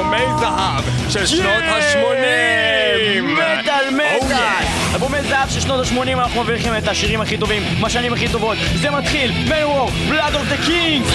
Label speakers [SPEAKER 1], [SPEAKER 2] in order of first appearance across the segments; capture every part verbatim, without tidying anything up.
[SPEAKER 1] אלבומי זהב של שנות ה-שמונים.
[SPEAKER 2] מטל מטל!
[SPEAKER 1] Oh,
[SPEAKER 2] אלבומי זהב של שנות ה-שמונים, אנחנו מביאים את השירים הכי טובים, מהשנים הכי טובות. זה מתחיל, מנוור, Blood of the Kings!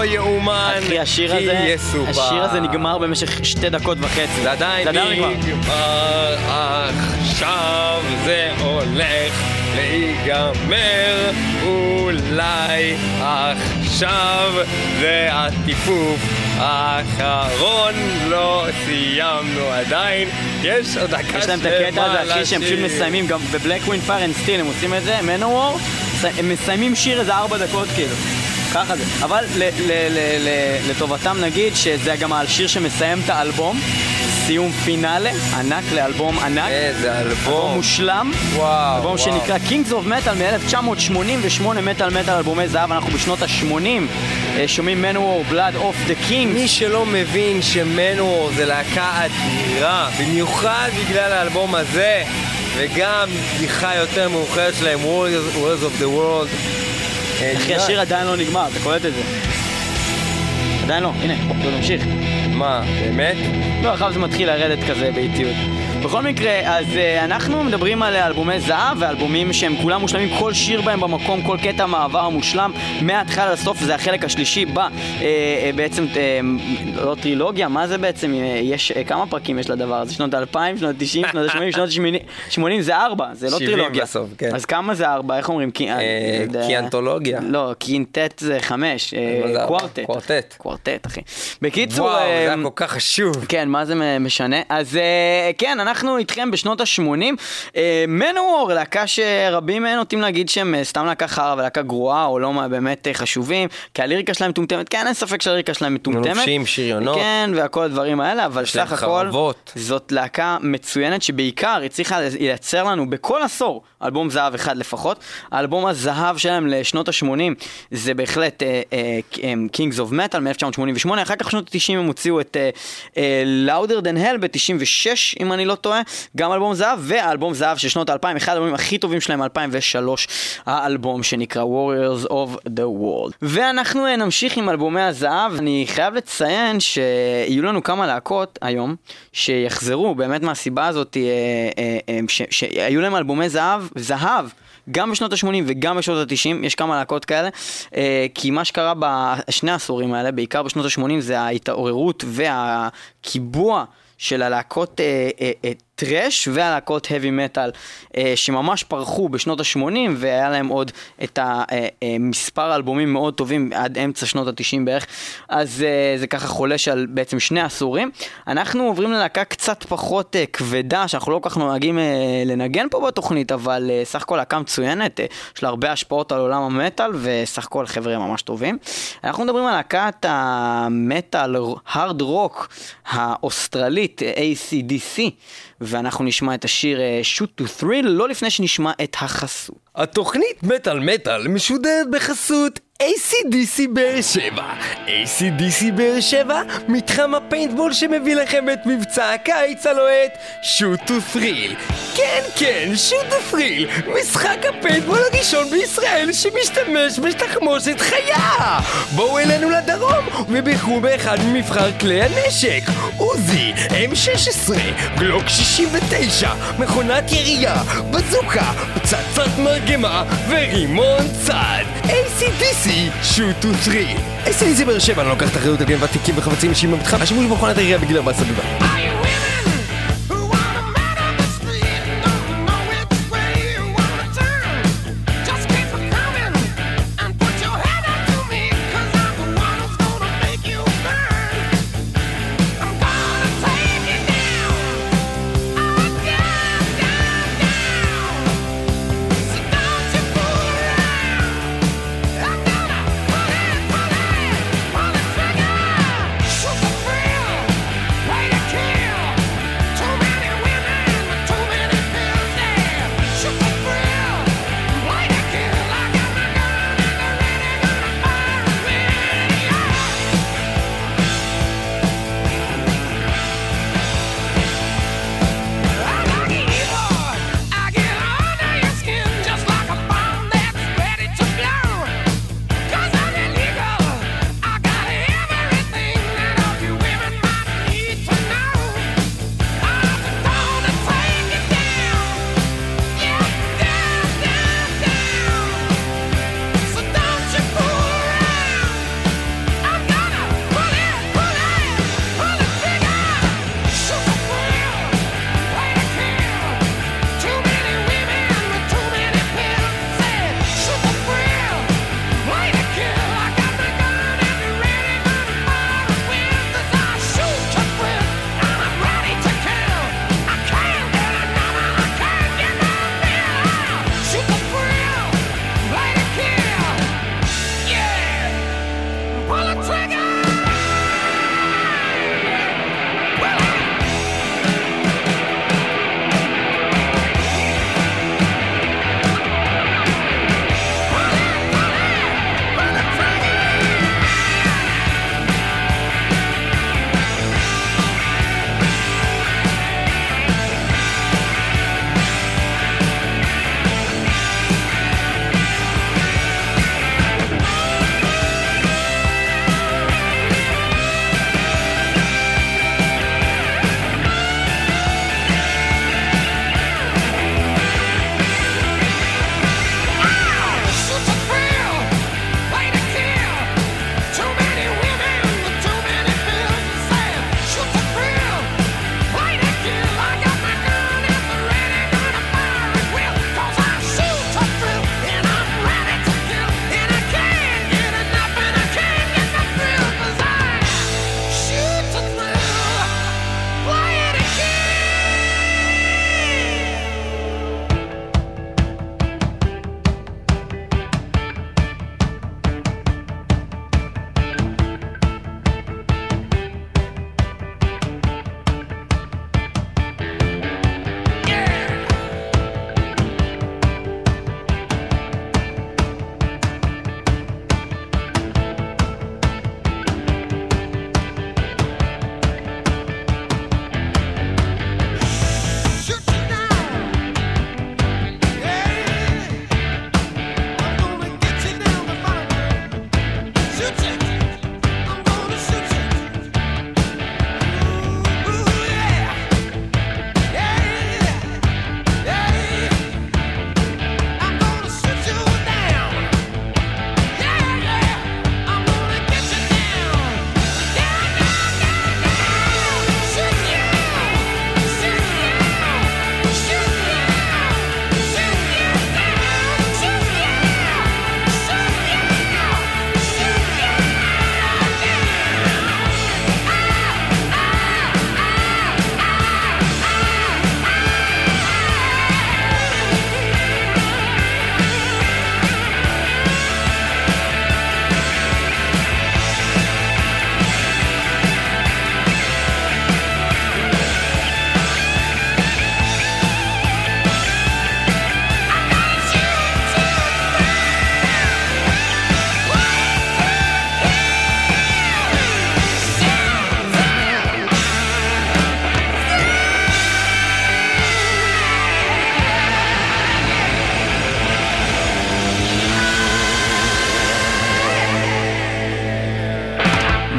[SPEAKER 1] לא יאומן.
[SPEAKER 2] אחי, השיר הזה, השיר הזה נגמר במשך שתי דקות וחצי.
[SPEAKER 1] זה עדיין נגמר. עכשיו זה הולך להיגמר, אולי עכשיו זה הטיפוף האחרון, לא סיימנו עדיין, יש עוד דקה
[SPEAKER 2] יש להם את הקטע הזה, אחי, שהם פשוט מסיימים גם בבלק ווינד פייר אנד סטיל, הם עושים את זה, מנוור, הם מסיימים שיר איזה ארבע דקות כאילו, ככה זה. אבל לטובתם נגיד שזה גם השיר שמסיים את האלבום, סיום פינאלה, ענק לאלבום ענק.
[SPEAKER 1] איזה אלבום.
[SPEAKER 2] אלבום מושלם.
[SPEAKER 1] וואו,
[SPEAKER 2] אלבום
[SPEAKER 1] וואו.
[SPEAKER 2] שנקרא Kings of Metal מ-אלף תשע מאות שמונים ושמונה, מטל מטל אלבומי זהב, אנחנו בשנות ה-שמונים, שומעים Manowar, Blood of the Kings.
[SPEAKER 1] מי שלא מבין שמנוור זה להקה אדירה, במיוחד בגלל האלבום הזה, וגם בדיחה יותר מאוחרת שלהם, Warriors of the World.
[SPEAKER 2] אחי, השיר עדיין לא נגמר, אתה קולט את זה? עדיין לא, הנה, בוא נמשיך.
[SPEAKER 1] מה, באמת?
[SPEAKER 2] לא, אחר זה מתחיל לרדת כזה באיטיות. בכל מקרה, אז uh, אנחנו מדברים על אלבומי זהב ואלבומים שהם כולם מושלמים, כל שיר בהם במקום, כל קטע מעבר מושלם מההתחלה לסוף, זה החלק השלישי בה, uh, uh, בעצם uh, לא טרילוגיה, מה זה בעצם? Uh, יש, uh, כמה פרקים יש לדבר הזה? שנות אלפיים, שנות תשעים, שנות שמונים, שנות שמונים זה ארבע, זה לא טרילוגיה.
[SPEAKER 1] בסוף, כן.
[SPEAKER 2] אז כמה זה ארבע? איך אומרים?
[SPEAKER 1] קיאנטולוגיה.
[SPEAKER 2] לא, קינטט זה חמש, קוורטט.
[SPEAKER 1] קוורטט.
[SPEAKER 2] קוורטט, אחי. בקיצור...
[SPEAKER 1] וואו, זה היה כל כך חשוב.
[SPEAKER 2] כן, מה זה משנה? אז כן, אנחנו איתכם בשנות ה-שמונים. מנוור, להקה שרבים נוטים להגיד שהם סתם להקה חרא ולהקה גרועה, או לא באמת חשובים, כי הליריקה שלהם מטומטמת. כן, אין ספק שהליריקה שלהם מטומטמת.
[SPEAKER 1] מנופשים, שריונות.
[SPEAKER 2] כן, והכל הדברים האלה, אבל סך הכל, זאת להקה מצוינת שבעיקר הצליחה לייצר לנו בכל עשור אלבום זהב אחד לפחות. האלבום הזהב שלהם לשנות ה-שמונים זה בהחלט Kings of Metal מ-אלף תשע מאות שמונים ושמונה. אחר כך שנות ה-תשעים הם הוציאו את Louder Than Hell ב-תשעים ושש, אם אני לא טועה, גם אלבום זהב, ואלבום זהב של שנות ה-אלפיים, אחד האלבומים הכי טובים שלהם אלפיים ושלוש, האלבום שנקרא Warriors of the World. ואנחנו נמשיך עם אלבומי הזהב. אני חייב לציין שיהיו לנו כמה להקות היום שיחזרו באמת מהסיבה הזאת, שהיו להם אלבומי זהב, זהב גם בשנות ה-שמונים וגם בשנות ה-תשעים, יש כמה להקות כאלה, כי מה שקרה בשני העשורים האלה, בעיקר בשנות ה-שמונים, זה ההתעוררות והקיבוע של הלהקות אה, אה, אה, טרש והלהקות heavy metal אה, שממש פרחו בשנות ה-שמונים, והיה להם עוד את המספר אה, אלבומים מאוד טובים עד אמצע שנות ה-תשעים בערך. אז אה, זה ככה חולש על בעצם שני עשורים. אנחנו עוברים ללהקה קצת פחות אה, כבדה, שאנחנו לא כך נוהגים אה, לנגן פה בתוכנית, אבל אה, סך הכל להקה מצוינת, אה, יש לה הרבה השפעות על עולם המטל, וסך הכל חבר'ה ממש טובים. אנחנו מדברים על להקת המטל הרד רוק האוסטרלית A C D C, ואנחנו נשמע את השיר Shoot to Thrill, לא לפני שנשמע את החסות.
[SPEAKER 1] התוכנית מטל מטל משודרת בחסות A C D C באר שבע. A C D C באר שבע, מתחם הפיינטבול שמביא לכם את מבצע הקיץ הלוהט Shoot to Thrill. כן כן, Shoot to Thrill, משחק הפיינטבול הראשון בישראל שמשתמש בתחמושת חיה. בואו אלינו לדרום ובחרו באחד ממבחר כלי הנשק: עוזי, אם שש עשרה, גלוק שישים ותשע, מכונת ירייה, בזוקה, פצצת מרגמה ורימון צד. A C D C Shoot to Thrill. A C D C באר שבע, אני לוקח את האחריות על גן ותיקים וחפצים אישיים במתחם השימוש במכונת ירייה בגיל ארבע עשרה בלבד.
[SPEAKER 3] Kill!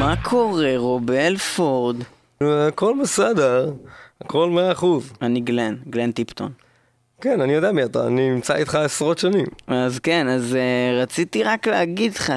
[SPEAKER 2] מה קורה, רובל פורד?
[SPEAKER 1] הכל בסדר, הכל מאה אחוז.
[SPEAKER 2] אני גלן, גלן טיפטון.
[SPEAKER 1] כן, אני יודע מי אתה, אני נמצא איתך עשרות שנים.
[SPEAKER 2] אז כן, אז uh, רציתי רק להגיד לך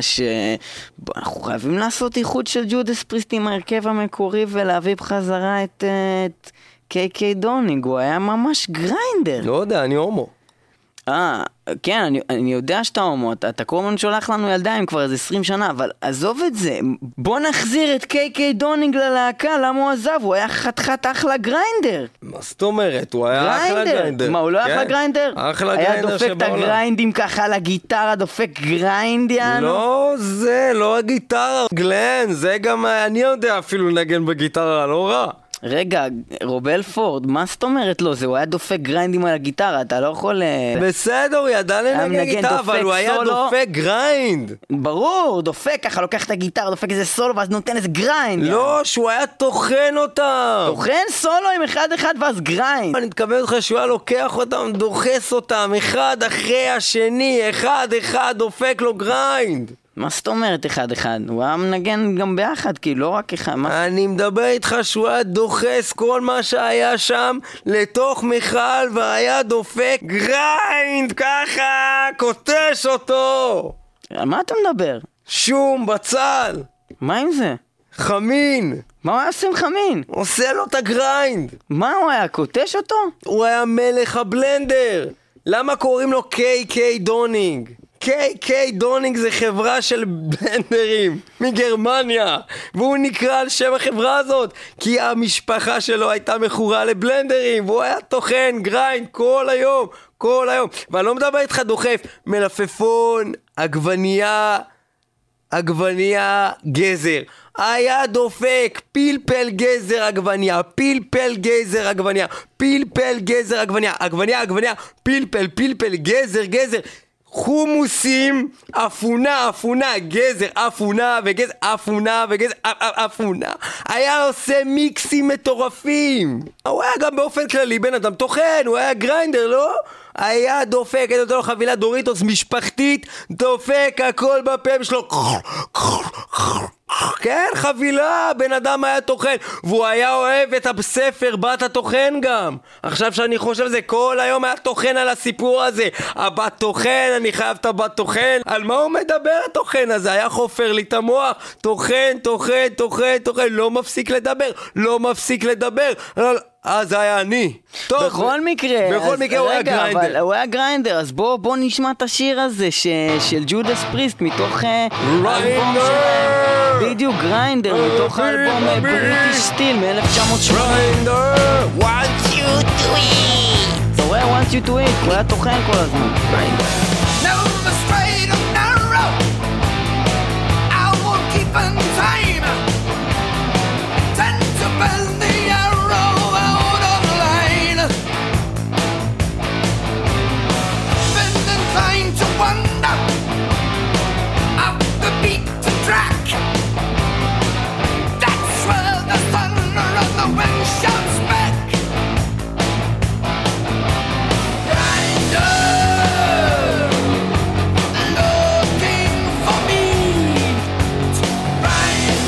[SPEAKER 2] שאנחנו חייבים לעשות איחוד של ג'ודס פריסט עם ההרכב המקורי ולהביא בחזרה את, uh, את קיי קיי דונינג, הוא היה ממש גריינדר.
[SPEAKER 1] לא יודע, אני הומו.
[SPEAKER 2] אה, כן, אני, אני יודע שאתה הומו, אתה, אתה כל הזמן שולח לנו ילדיים כבר איזה עשרים שנה, אבל עזוב את זה, בוא נחזיר את קיי קיי דונינג ללהקה, למה הוא עזב? הוא היה חתיכת אחלה גריינדר.
[SPEAKER 1] מה זאת אומרת? הוא היה אחלה גריינדר.
[SPEAKER 2] מה, הוא לא אחלה גריינדר?
[SPEAKER 1] אחלה גריינדר שבעולם.
[SPEAKER 2] היה דופק את הגריינדים ככה על הגיטרה, דופק גריינד יענו?
[SPEAKER 1] לא זה, לא הגיטרה, גלן, זה גם אני יודע אפילו לנגן בגיטרה, לא רע.
[SPEAKER 2] רגע, רובל פורד, מה זאת אומרת לו? זה הוא היה דופק גריינדים על הגיטרה, אתה לא יכול...
[SPEAKER 1] בסדר, הוא ידע לנגן גיטרה, אבל הוא היה דופק גריינד.
[SPEAKER 2] ברור, דופק ככה, לוקח את הגיטרה, דופק איזה סולו, ואז נותן איזה גריינד.
[SPEAKER 1] לא, שהוא היה תוכן אותם.
[SPEAKER 2] תוכן סולו עם אחד אחד ואז גריינד.
[SPEAKER 1] אני מתכוון לך שהוא היה לוקח אותם, דוחס אותם, אחד אחרי השני, אחד אחד דופק לו גריינד.
[SPEAKER 2] מה זאת אומרת אחד אחד? הוא היה מנגן גם ביחד, כי לא רק אחד. מה...
[SPEAKER 1] אני מדבר איתך שהוא היה דוחס כל מה שהיה שם לתוך מיכל והיה דופק גריינד ככה, קוטש אותו.
[SPEAKER 2] על מה אתה מדבר?
[SPEAKER 1] שום בצל.
[SPEAKER 2] מה עם זה?
[SPEAKER 1] חמין.
[SPEAKER 2] מה הוא היה עושה עם חמין?
[SPEAKER 1] עושה לו את הגריינד.
[SPEAKER 2] מה הוא היה? קוטש אותו?
[SPEAKER 1] הוא היה מלך הבלנדר. למה קוראים לו קיי קיי דונינג? קיי קיי דונינג זה חברה של בלנדרים מגרמניה, והוא נקרא על שם החברה הזאת כי המשפחה שלו הייתה מכורה לבלנדרים, והוא היה תוכן גריינד כל היום, כל היום. ואני לא מדבר איתך דוחף, מלפפון, עגבנייה, עגבנייה, גזר. היה דופק פלפל גזר עגבנייה, פלפל גזר עגבנייה, פלפל גזר עגבנייה, עגבנייה, עגבנייה, פלפל, פלפל, גזר, גזר. חומוסים, אפונה, אפונה, גזר, אפונה וגזר, אפונה וגזר, אפונה. היה עושה מיקסים מטורפים. הוא היה גם באופן כללי בן אדם תוכן, הוא היה גריינדר, לא? היה דופק, את אותו חבילה דוריטוס משפחתית, דופק הכל בפה שלו. כן, חבילה, בן אדם היה תוכן, והוא היה אוהב את הספר בת התוכן גם. עכשיו שאני חושב על זה, כל היום היה תוכן על הסיפור הזה. הבת תוכן, אני חייב את הבת תוכן. על מה הוא מדבר התוכן הזה? היה חופר לי את המוח. תוכן, תוכן, תוכן, תוכן, לא מפסיק לדבר, לא מפסיק לדבר. אז היה אני.
[SPEAKER 2] טוב, בכל מקרה,
[SPEAKER 1] בכל
[SPEAKER 2] אז,
[SPEAKER 1] מקרה הוא היה
[SPEAKER 2] רגע,
[SPEAKER 1] גריינדר.
[SPEAKER 2] אבל הוא היה גריינדר, אז בוא, בוא נשמע את השיר הזה ש, של ג'ודס פריסט מתוך
[SPEAKER 1] גריינדר.
[SPEAKER 2] בדיוק, גריינדר, מתוך האלבום בריטיש סטיל מ-אלף תשע מאות שמונים.
[SPEAKER 1] גריינדר, want you to eat.
[SPEAKER 2] אתה רואה, want you to eat, הוא היה תוכן כל הזמן. גריינדר.
[SPEAKER 3] Never straight or narrow, I won't keep in time. Tend to bend the arrow out of line. Been inclined to wander up the beaten track. That's where the thunder and the wind shouts back. Grinder, looking for me. Grinder.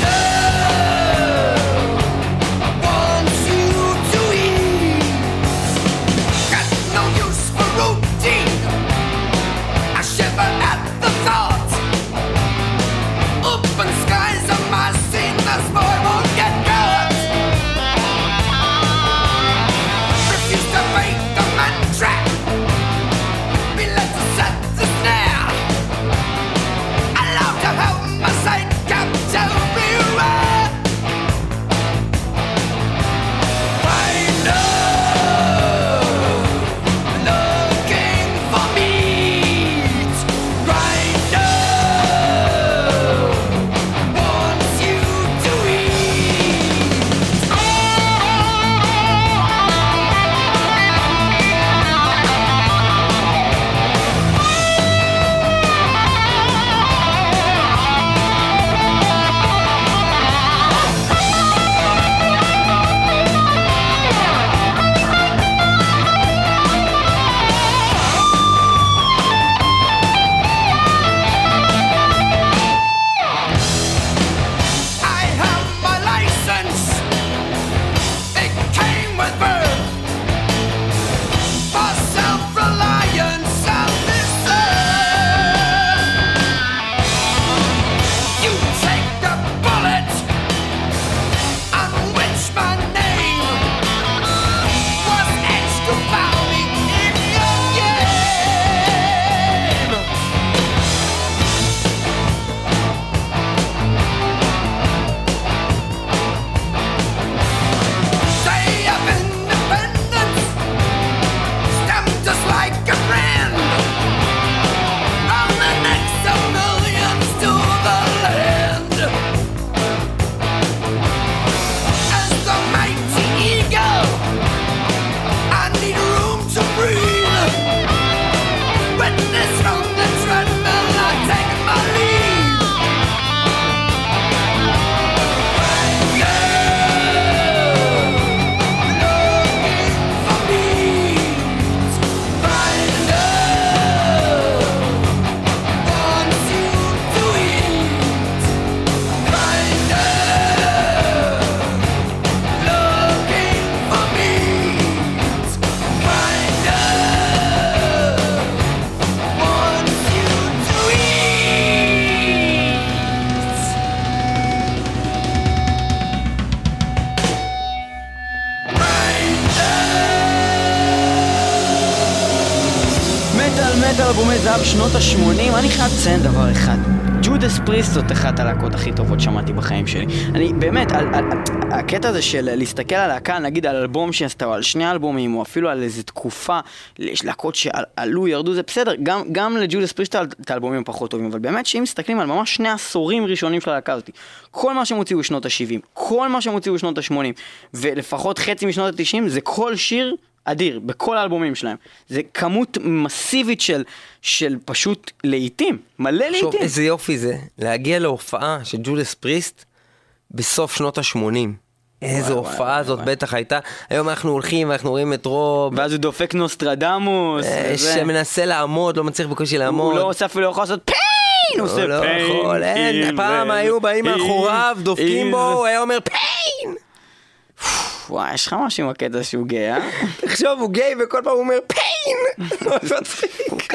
[SPEAKER 2] אלבומי זהב שנות ה-שמונים, אני חייב לציין דבר אחד. ג'ודס פריסט זאת אחת הלהקות הכי טובות שמעתי בחיים שלי. אני באמת, על, על, על, הקטע הזה של להסתכל על להקה, נגיד על אלבום שעשתה, או על שני אלבומים, או אפילו על איזו תקופה, יש להקות שעלו, ירדו, זה בסדר. גם, גם לג'ודס פריסט את האלבומים פחות טובים, אבל באמת שאם מסתכלים על ממש שני עשורים ראשונים של הלהקה הזאת, כל מה שהם הוציאו שנות ה-שבעים, כל מה שהם הוציאו שנות ה-שמונים, ולפחות חצי משנות ה-תשעים, זה כל שיר אדיר, בכל האלבומים שלהם. זה כמות מסיבית של, של פשוט לעיתים, מלא לעיתים.
[SPEAKER 1] שוב, איזה יופי זה, להגיע להופעה של ג'ודס פריסט בסוף שנות ה-שמונים. איזו הופעה זאת בטח הייתה. היום אנחנו הולכים ואנחנו רואים את רוב.
[SPEAKER 2] ואז הוא דופק נוסטרדמוס.
[SPEAKER 1] שמנסה לעמוד, לא מצליח בקושי לעמוד.
[SPEAKER 2] הוא לא עושה אפילו יכול לעשות פיין! הוא עושה פיין.
[SPEAKER 1] אין, פעם היו באים מאחוריו, דופקים בו, הוא היה אומר פיין!
[SPEAKER 2] וואי, יש לך משהו עם הקטע שהוא גיי, אה?
[SPEAKER 1] תחשוב, הוא גיי וכל פעם הוא אומר פיין! זה מצחיק.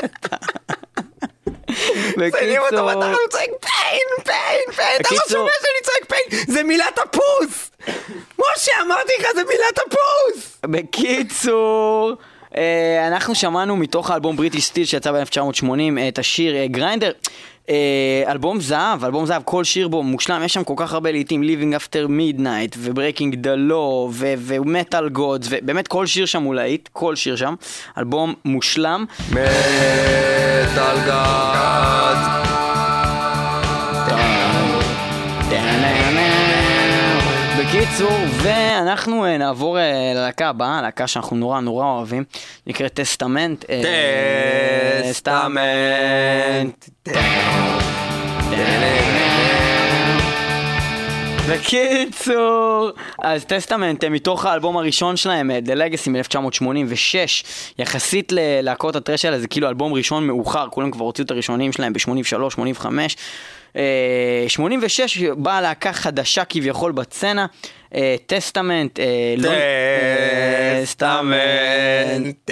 [SPEAKER 1] מציינים אותו בתחת, הוא צועק פיין, פיין, פיין, אתה לא שומע שאני צועק פיין, זה מילת הפוס! משה, אמרתי לך, זה מילת הפוס!
[SPEAKER 2] בקיצור, אנחנו שמענו מתוך האלבום בריטיש סטיל שיצא ב-אלף תשע מאות שמונים את השיר גריינדר. אלבום זהב, אלבום זהב, כל שיר בו מושלם, יש שם כל כך הרבה לעיתים, Living After Midnight ו-Breaking the Law ו-Metal Gods, ובאמת כל שיר שם הוא להיט, כל שיר שם, אלבום מושלם.
[SPEAKER 1] Metal Gods
[SPEAKER 2] בקיצור, ואנחנו נעבור ללהקה הבאה, להקה שאנחנו נורא נורא אוהבים, נקראת טסטמנט.
[SPEAKER 1] טסטמנט.
[SPEAKER 2] בקיצור, אז טסטמנט מתוך האלבום הראשון שלהם, The Legacy מ-אלף תשע מאות שמונים ושש, יחסית ללהקות הטרש האלה, זה כאילו אלבום ראשון מאוחר, כולם כבר הוציאו את הראשונים שלהם ב-שמונים ושלוש שמונים וחמש. שמונים ושש באה להקה חדשה כביכול בצנה, טסטמנט.
[SPEAKER 1] טסטמנט.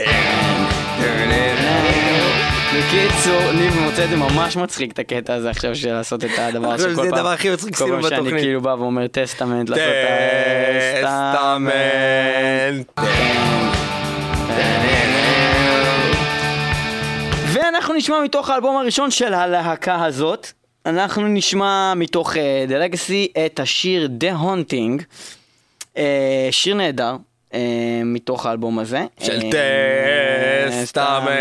[SPEAKER 2] בקיצור, ניב מוצא את זה ממש מצחיק את הקטע הזה עכשיו של לעשות את הדבר שכל פעם,
[SPEAKER 1] זה הדבר הכי מצחיק סיום בתוכנית.
[SPEAKER 2] כל פעם שאני כאילו בא ואומר טסטמנט, לעשות
[SPEAKER 1] טסטמנט.
[SPEAKER 2] ואנחנו נשמע מתוך האלבום הראשון של הלהקה הזאת, אנחנו נשמע מתוך uh, The Legacy את השיר The Haunting, uh, שיר נהדר uh, מתוך האלבום הזה
[SPEAKER 1] של טסטמנט.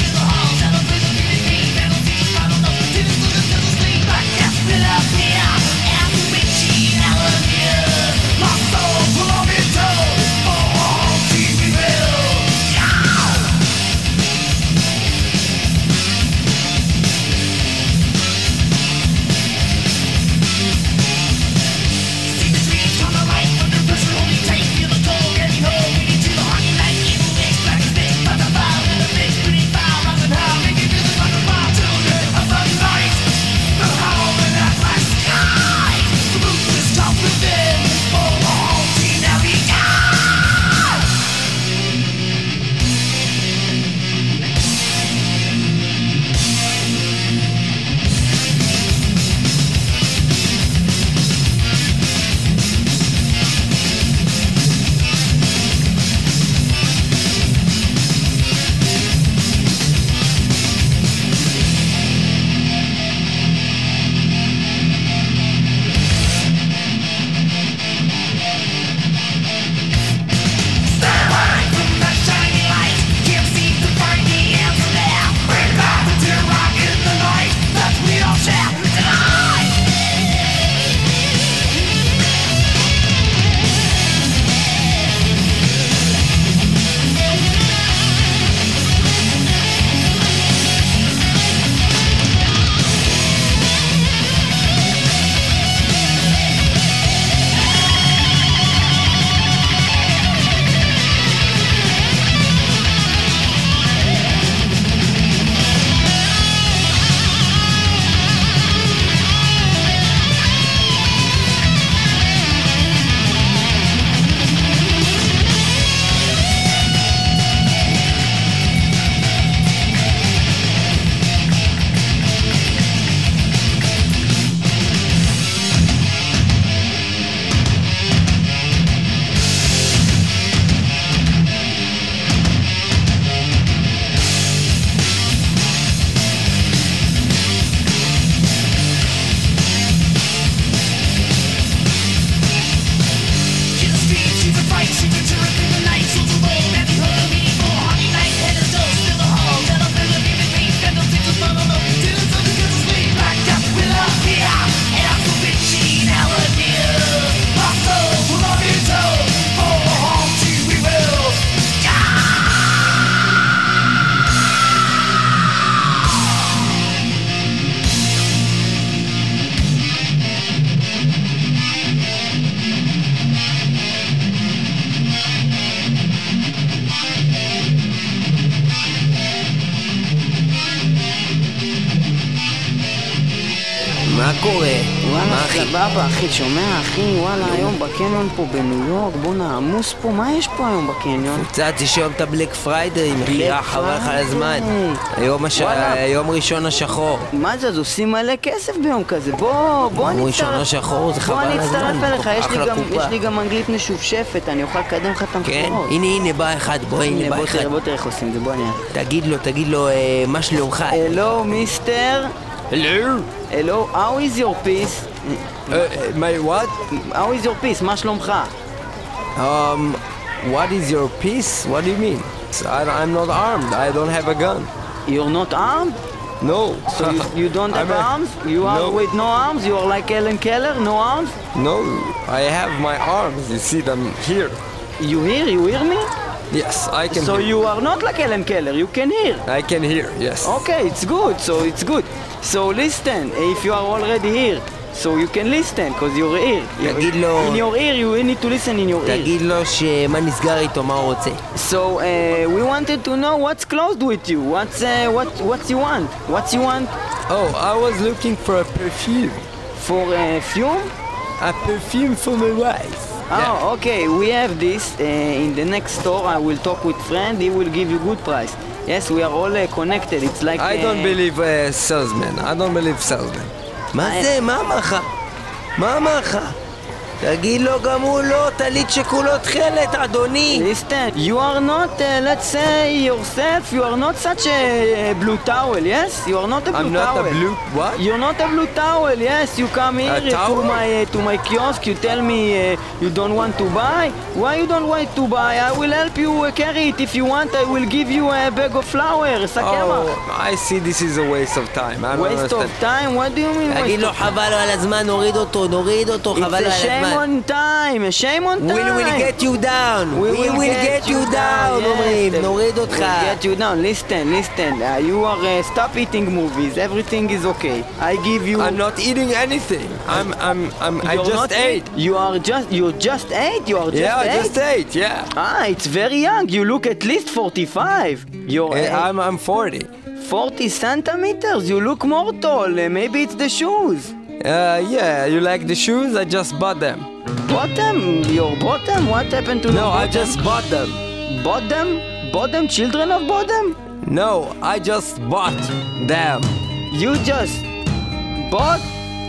[SPEAKER 3] Yeah.
[SPEAKER 2] וואלה, סבבה, אחי, שומע, אחי, וואלה, היום בקניון פה בניו יורק, בוא נעמוס פה, מה יש פה היום בקניון?
[SPEAKER 1] קצת, יש היום את הבלק פריידי, מחירה חבל לך על הזמן. היום ראשון השחור.
[SPEAKER 2] מה זה, אז עושים מלא כסף ביום כזה, בוא, בוא נצטרף.
[SPEAKER 1] ראשון השחור, זה חבל על הזמן.
[SPEAKER 2] בוא נצטרף אליך, יש לי גם אנגלית משופשפת, אני אוכל לקדם לך את המחרות.
[SPEAKER 1] כן, הנה, הנה, בא אחד, בוא, הנה, בא אחד.
[SPEAKER 2] בוא תראה איך עושים את זה, בוא נראה.
[SPEAKER 1] תגיד לו, תגיד לו, מה שלומך?
[SPEAKER 2] Hello, mister.
[SPEAKER 1] Hello.
[SPEAKER 2] Hello, how is your piece?
[SPEAKER 1] My what?
[SPEAKER 2] How is your piece? מה שלומך?
[SPEAKER 1] Um, what is your piece? What do you mean? I, I'm not armed. I don't have a gun.
[SPEAKER 2] You're not armed?
[SPEAKER 1] No.
[SPEAKER 2] So you, you don't have arms? You are
[SPEAKER 1] no.
[SPEAKER 2] with no arms? You are like Ellen Keller, no arms?
[SPEAKER 1] No, I have my arms. You see them here.
[SPEAKER 2] You hear? You hear me?
[SPEAKER 1] Yes, I can
[SPEAKER 2] so
[SPEAKER 1] hear.
[SPEAKER 2] you are not like Ellen Keller, you can hear.
[SPEAKER 1] I can hear, yes.
[SPEAKER 2] Okay, it's good, so it's good. So listen, if you are already here, so you can listen, because you're here.
[SPEAKER 1] תגיד לו...
[SPEAKER 2] In your ear, you need to listen in your ear.
[SPEAKER 1] תגיד לו שמה נסגר איתו, מה הוא רוצה.
[SPEAKER 2] So, uh, we wanted to know what's closed with you. What's, uh, what, what you want? What you want?
[SPEAKER 1] Oh, I was looking for a perfume.
[SPEAKER 2] For a fume?
[SPEAKER 1] A perfume for my wife.
[SPEAKER 2] Oh,
[SPEAKER 1] yeah.
[SPEAKER 2] Okay, we have this uh, in the next store. I will talk with friend, he will give you good price. Yes, we are all uh, connected, it's like...
[SPEAKER 1] I uh, don't believe uh, salesman, I don't believe salesman. מה זה? מה אמרך? מה אמרך? תגיד לו גם הוא לא, תליט שכולו תחלת, אדוני.
[SPEAKER 2] Listen, you are not, uh, let's say yourself, you are not such a blue towel, yes? You are not a blue
[SPEAKER 1] I'm
[SPEAKER 2] towel.
[SPEAKER 1] not a blue, what?
[SPEAKER 2] You're not a blue towel, yes? You come here
[SPEAKER 1] A
[SPEAKER 2] to
[SPEAKER 1] towel?
[SPEAKER 2] my uh, to my kiosk, you tell me uh, you don't want to buy? Why you don't want to buy? I will help you uh, carry it. If you want, I will give you a bag of flour, sakema.
[SPEAKER 1] Oh, I see this is a waste of time. I don't
[SPEAKER 2] Waste
[SPEAKER 1] understand.
[SPEAKER 2] of time? What do you mean waste
[SPEAKER 1] תגיד לו
[SPEAKER 2] of time?
[SPEAKER 1] חבל על הזמן, נוריד אותו, נוריד אותו, חבל על
[SPEAKER 2] It's a shame
[SPEAKER 1] הזמן.
[SPEAKER 2] on time, a shame on time.
[SPEAKER 1] We will get you down. We will get you down, אומרים, נוריד אותך.
[SPEAKER 2] We'll get you down. Listen, listen. Uh, you are uh, stop eating movies. Everything is okay. I give you.
[SPEAKER 1] I'm not eating anything. I'm, I'm, I'm, I
[SPEAKER 2] You're
[SPEAKER 1] just
[SPEAKER 2] not
[SPEAKER 1] ate.
[SPEAKER 2] You are just, you just ate. You are just
[SPEAKER 1] Yeah, I
[SPEAKER 2] ate.
[SPEAKER 1] just ate. Yeah.
[SPEAKER 2] Ah, it's very young. You look at least forty-five. You're
[SPEAKER 1] Eh,
[SPEAKER 2] uh,
[SPEAKER 1] I'm, I'm forty.
[SPEAKER 2] forty centimeters. You look more tall. Uh, maybe it's the shoes.
[SPEAKER 1] Uh, yeah, you like the shoes? I just bought them.
[SPEAKER 2] Bottom? Your bottom? What happened to
[SPEAKER 1] No,
[SPEAKER 2] the
[SPEAKER 1] I
[SPEAKER 2] bottom?
[SPEAKER 1] just bought them.
[SPEAKER 2] Bought them? Bought them? Children of bottom?
[SPEAKER 1] No, I just bought them.
[SPEAKER 2] You just bought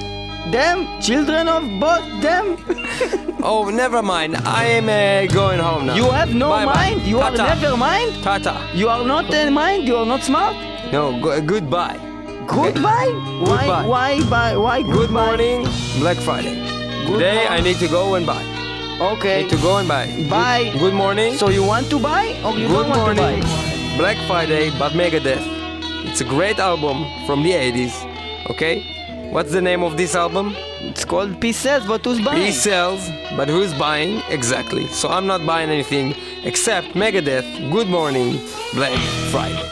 [SPEAKER 2] them? Children of bought them?
[SPEAKER 1] Oh, never mind. I am uh, going home now.
[SPEAKER 2] You have no
[SPEAKER 1] Bye-bye.
[SPEAKER 2] mind? You
[SPEAKER 1] Tata.
[SPEAKER 2] are never mind?
[SPEAKER 1] Tata.
[SPEAKER 2] You are not uh, mind? You are not smart?
[SPEAKER 1] No, go- goodbye.
[SPEAKER 2] Goodbye? Why?
[SPEAKER 1] Goodbye.
[SPEAKER 2] Why? Why? Why?
[SPEAKER 1] Good
[SPEAKER 2] Goodbye?
[SPEAKER 1] morning, Black Friday.
[SPEAKER 2] Good
[SPEAKER 1] Today I
[SPEAKER 2] morning.
[SPEAKER 1] need to go and buy.
[SPEAKER 2] Okay.
[SPEAKER 1] Need to go and buy.
[SPEAKER 2] Bye.
[SPEAKER 1] Good, good morning.
[SPEAKER 2] So you want to buy or you
[SPEAKER 1] Good
[SPEAKER 2] don't want
[SPEAKER 1] morning.
[SPEAKER 2] to buy?
[SPEAKER 1] Black Friday, but Megadeth. It's a great album from the eighties. Okay? What's the name of this album?
[SPEAKER 2] It's called Peace Sells, but who's buying?
[SPEAKER 1] He sells, but who's buying? Exactly. So I'm not buying anything except Megadeth. Good morning, Black Friday.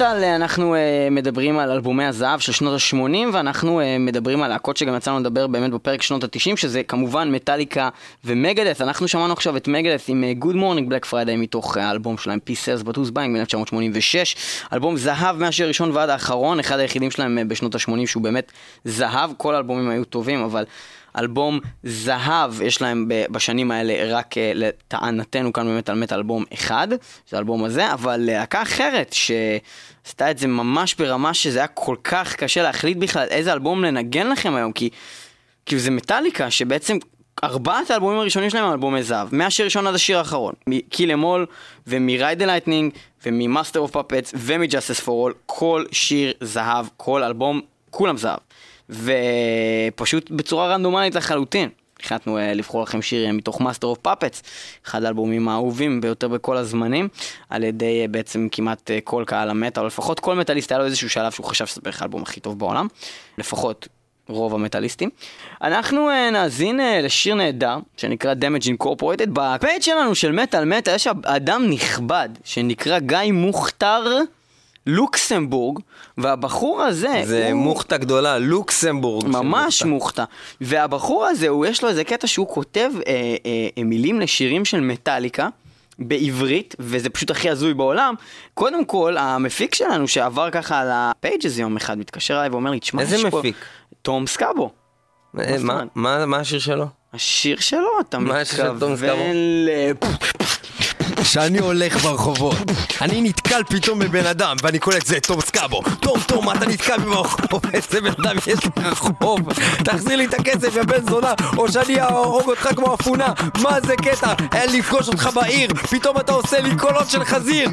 [SPEAKER 2] במטל אנחנו uh, מדברים על אלבומי הזהב של שנות ה-שמונים, ואנחנו uh, מדברים על להקות שגם יצאנו לדבר באמת בפרק שנות ה-תשעים, שזה כמובן מטליקה ומגדס. אנחנו שמענו עכשיו את מגדס עם uh, Good Morning Black Friday מתוך האלבום שלהם Peace Sells But Who's Buying ב-אלף תשע מאות שמונים ושש, אלבום זהב מהשיר הראשון ועד האחרון, אחד היחידים שלהם uh, בשנות ה-שמונים שהוא באמת זהב. כל האלבומים היו טובים, אבל אלבום זהב יש להם בשנים האלה רק לטענתנו כאן באמת על מטל אלבום אחד, זה האלבום הזה, אבל להקה אחרת שעשתה את זה ממש ברמה שזה היה כל כך קשה להחליט בכלל איזה אלבום לנגן לכם היום, כי, כי זה מטליקה שבעצם ארבעת האלבומים הראשונים שלהם הם אלבומי זהב, מהשיר הראשון עד השיר האחרון, מ-Kill Em All ומ-Ride the Lightning ומ-Master of Puppets ומ-Justice for All, כל שיר זהב, כל אלבום, כולם זהב. ופשוט בצורה רנדומלית לחלוטין החלטנו לבחור לכם שיר מתוך Master of Puppets, אחד האלבומים האהובים ביותר בכל הזמנים על ידי בעצם כמעט כל קהל המטל, או לפחות כל מטליסט היה לו איזשהו שלב שהוא חשב שזה בערך האלבום הכי טוב בעולם, לפחות רוב המטליסטים. אנחנו נאזין לשיר נהדר שנקרא Damage Incorporated. בפייג' שלנו של מטל מטל יש אדם נכבד שנקרא גיא מוכתר לוקסמבורג, והבחור הזה
[SPEAKER 1] זה הוא... מוכתה גדולה, לוקסמבורג
[SPEAKER 2] ממש מוכתה, והבחור הזה הוא יש לו איזה קטע שהוא כותב אה, אה, מילים לשירים של מטליקה בעברית, וזה פשוט הכי הזוי בעולם. קודם כל המפיק שלנו שעבר ככה על הפייג' הזה יום אחד מתקשר אליי ואומר לי תשמע,
[SPEAKER 1] איזה מפיק?
[SPEAKER 2] תום סקאבו.
[SPEAKER 1] מה, מה, מה השיר שלו?
[SPEAKER 2] השיר שלו אתה מתכוון
[SPEAKER 1] ל... שאני הולך ברחובות, אני נתקל פתאום בבן אדם ואני קולט זה תום סקאבו. תום תום אתה נתקל ברחוב, איזה בן אדם יש לי רחוב, תחזיר לי את הכסף יא בן זונה, או שאני אהרוג אותך כמו אפונה. מה זה קטע? אין לפגוש אותך בעיר, פתאום אתה עושה לי קולות של חזיר,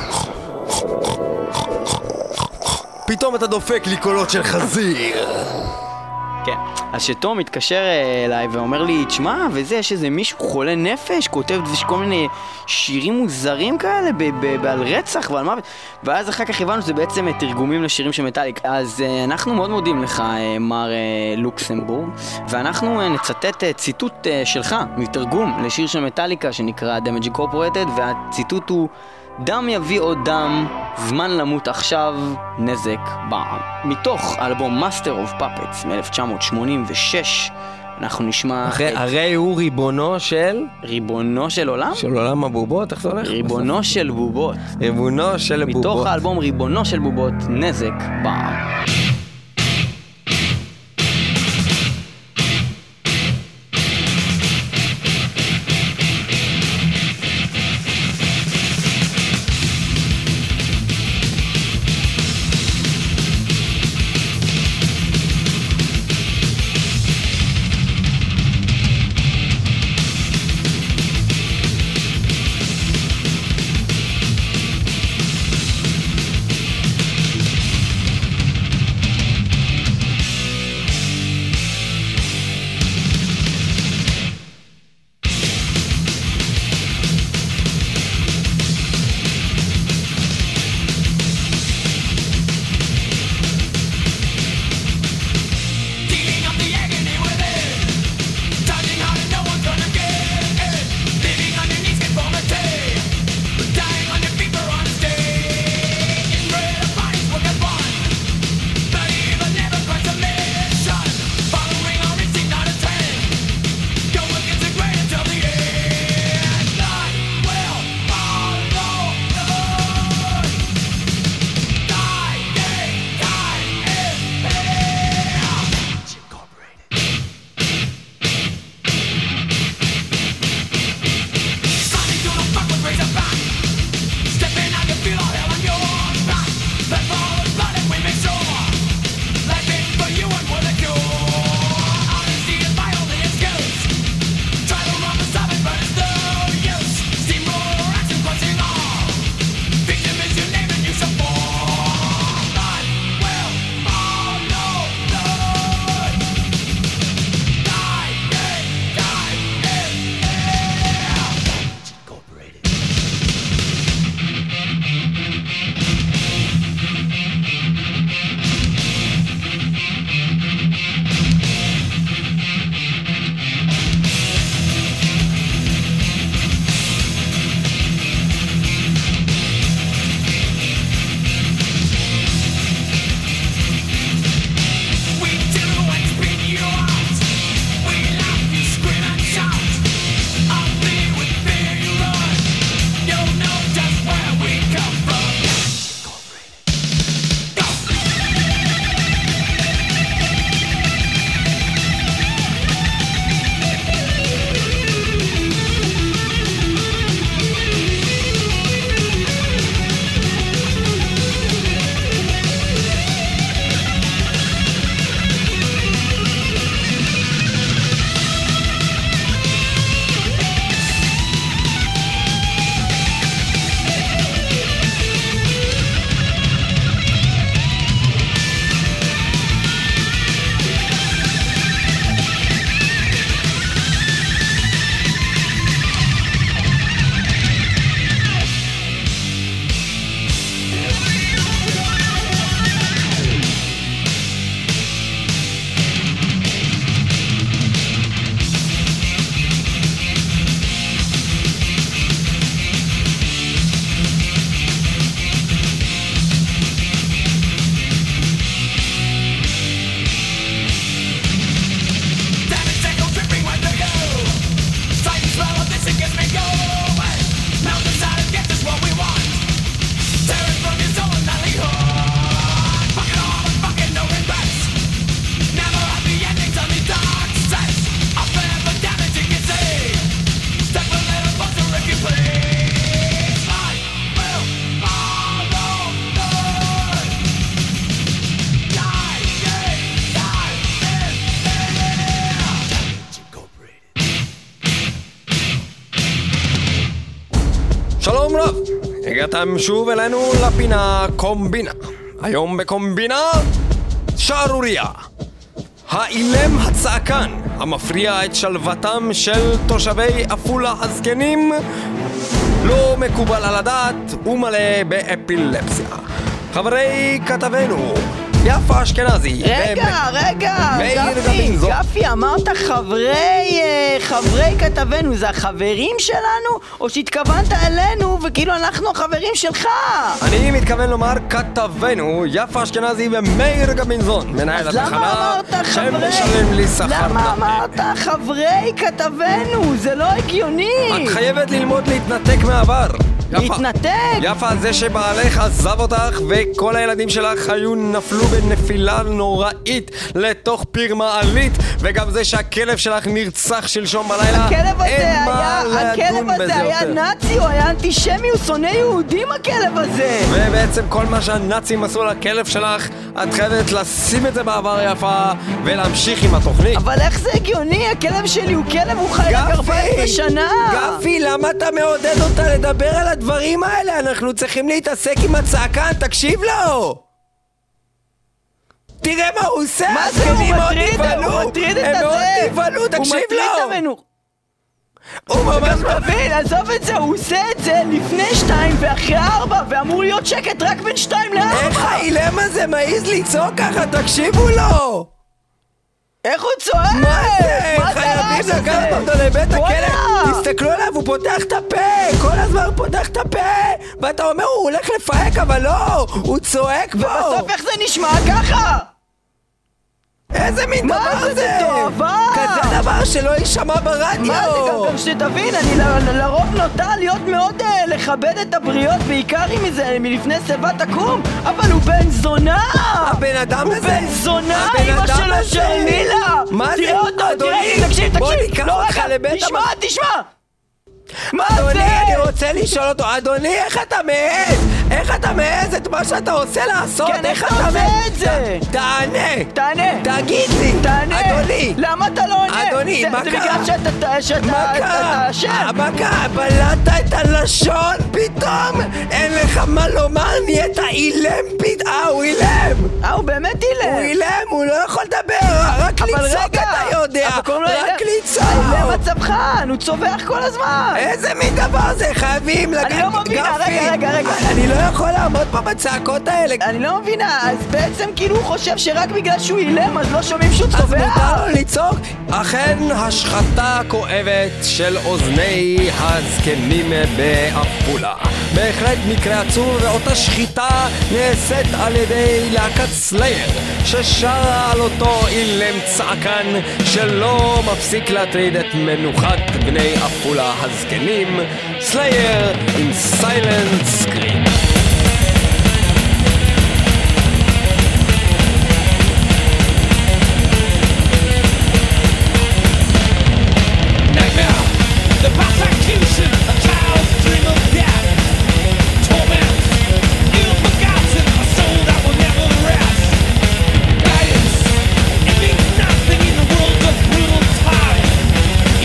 [SPEAKER 1] פתאום אתה דופק לי קולות של חזיר.
[SPEAKER 2] כן, אז שתום מתקשר אליי ואומר לי, תשמע, וזה, יש איזה מישהו חולה נפש, כותב כל מיני שירים מוזרים כאלה על רצח ועל מוות, ואז אחר כך הבנו שזה בעצם תרגומים לשירים של מטאליק. אז אנחנו מאוד מודים לך, מר לוקסמבורג, ואנחנו נצטט ציטוט שלך מתרגום לשיר של מטאליקה שנקרא Damage Incorporated, והציטוט הוא: דם יביא עוד דם, זמן למות עכשיו, נזק בעם. מתוך אלבום Master of Puppets מ-אלף תשע מאות שמונים ושש, אנחנו נשמע...
[SPEAKER 1] אחרי, את... הרי הוא ריבונו של...
[SPEAKER 2] ריבונו של עולם?
[SPEAKER 1] של עולם הבובות, איך זה הולך?
[SPEAKER 2] ריבונו בסוף? של בובות.
[SPEAKER 1] ריבונו של
[SPEAKER 2] מתוך
[SPEAKER 1] בובות.
[SPEAKER 2] מתוך האלבום ריבונו של בובות, נזק בעם.
[SPEAKER 1] שלום רב, הגעתם שוב אלינו לפינה קומבינה. היום בקומבינה שערוריה. האילם הצעקן המפריע את שלוותם של תושבי עפולה הזקנים לא מקובל על הדעת ומלא באפילפסיה. חברי כתבנו יפה אשכנזי
[SPEAKER 2] רגע, רגע, גפי, גפי, אמרת חברי, חברי כתבנו, זה החברים שלנו? או שהתכוונת אלינו וכאילו אנחנו החברים שלך?
[SPEAKER 1] אני מתכוון לומר כתבנו יפה אשכנזי ומאיר גבינזון, מנהל התחנה שמשלם לי שכר.
[SPEAKER 2] למה אמרת חברי כתבנו? זה לא הגיוני.
[SPEAKER 1] את חייבת ללמוד להתנתק מהעבר.
[SPEAKER 2] להתנתק?
[SPEAKER 1] יפה, זה שבעלך עזב אותך וכל הילדים שלך היו נפלו בנפילה נוראית לתוך פיר מעלית, וגם זה שהכלב שלך נרצח שלשום בלילה.
[SPEAKER 2] הכלב הזה היה, הכלב הזה היה נאצי, הוא היה אנטישמי, הוא שונא יהודים הכלב הזה.
[SPEAKER 1] ובעצם כל מה שהנאצים עשו לכלב שלך, את חייבת לשים את זה בעבר יפה ולהמשיך עם התוכנית.
[SPEAKER 2] אבל איך זה הגיוני? הכלב שלי הוא כלב, הוא חי רק ארבע עשרה שנה.
[SPEAKER 1] גפי, למה אתה מעודד אותה לדבר על הדברים האלה? אנחנו צריכים להתעסק עם הצעקן, תקשיב לו! תראה מה הוא עושה!
[SPEAKER 2] מה זה? הוא מטריד, הוא מטריד את הזה!
[SPEAKER 1] הם מאוד נבהלו, תקשיב לו!
[SPEAKER 2] הוא מטריד אותנו!
[SPEAKER 1] הוא ממש
[SPEAKER 2] מבין, עזוב את זה, הוא עושה את זה לפני שתיים ואחרי ארבע, ואמור להיות שקט רק בין שתיים לארבע!
[SPEAKER 1] איך האילם הזה מעיז לצעוק ככה? תקשיבו לו!
[SPEAKER 2] איך הוא צועק?
[SPEAKER 1] מה זה? חייבים לקחת אותו לבית הכלא. תסתכלו עליו, הוא פותח את הפה. כל הזמן הוא פותח את הפה. ואתה אומר, הוא הולך לפהק, אבל לא. הוא צועק בו.
[SPEAKER 2] ובסוף איך זה נשמע ככה?
[SPEAKER 1] איזה מין דבר זה?
[SPEAKER 2] זה תועבה?
[SPEAKER 1] כזה דבר שלא יישמע ברדיו.
[SPEAKER 2] מה זה? גם גם שתבין, אני לרוב נוטה להיות מאוד לכבד את הבריות, בעיקר אם זה מלפני שיבה תקום, אבל הוא בן זונה!
[SPEAKER 1] הבן אדם הזה?
[SPEAKER 2] הוא בן זונה! אמא שלו שרלילה!
[SPEAKER 1] מה זה?
[SPEAKER 2] תראה אותו, תראה, תקשיב, תקשיב!
[SPEAKER 1] בוא ניקח אותך לבית המ...
[SPEAKER 2] תשמע, תשמע! מה זה?
[SPEAKER 1] אדוני, אני רוצה לשאול אותו, אדוני, איך אתה מעז? איך אתה מעז את מה שאתה עושה לעשות?
[SPEAKER 2] כן, איך אתה עושה את זה?
[SPEAKER 1] תענה!
[SPEAKER 2] תענה!
[SPEAKER 1] תגיד לי!
[SPEAKER 2] תענה!
[SPEAKER 1] אדוני!
[SPEAKER 2] למה אתה לא עונה?
[SPEAKER 1] אדוני, מה קרה?
[SPEAKER 2] זה בגלל שאתה... שאתה...
[SPEAKER 1] מה קרה?
[SPEAKER 2] אשם!
[SPEAKER 1] מה קרה? בלעת את הלשון פתאום? אין לך מה לומר? נהיית אילם פתאום? אה, הוא אילם!
[SPEAKER 2] אה, הוא באמת אילם!
[SPEAKER 1] הוא אילם, הוא לא יכול לדבר! רק לצעוק אתה יודע! רק לצעוק!
[SPEAKER 2] אילם הצווחן! הוא צווח כל הזמן!
[SPEAKER 1] איזה מין דבר זה? חייבים לקחת...
[SPEAKER 2] אני לא מבינה, רגע, רגע, רגע.
[SPEAKER 1] אני לא יכול לעמוד פה בצעקות האלה.
[SPEAKER 2] אני לא מבינה, אז בעצם כאילו הוא חושב שרק בגלל שהוא אילם אז לא שומעים שהוא צובע?
[SPEAKER 1] אז מותר לו לצעוק? אכן השחתה כואבת של אוזני הזקנים בעפולה. בהחלט מקרה עצוב, ואותה שחיטה נעשית על ידי להקת סלייר, ששרה על אותו אילם צעקן שלא מפסיק להטריד את מנוחת בני עפולה הזקנים. סלייר עם סיילנט סקרים.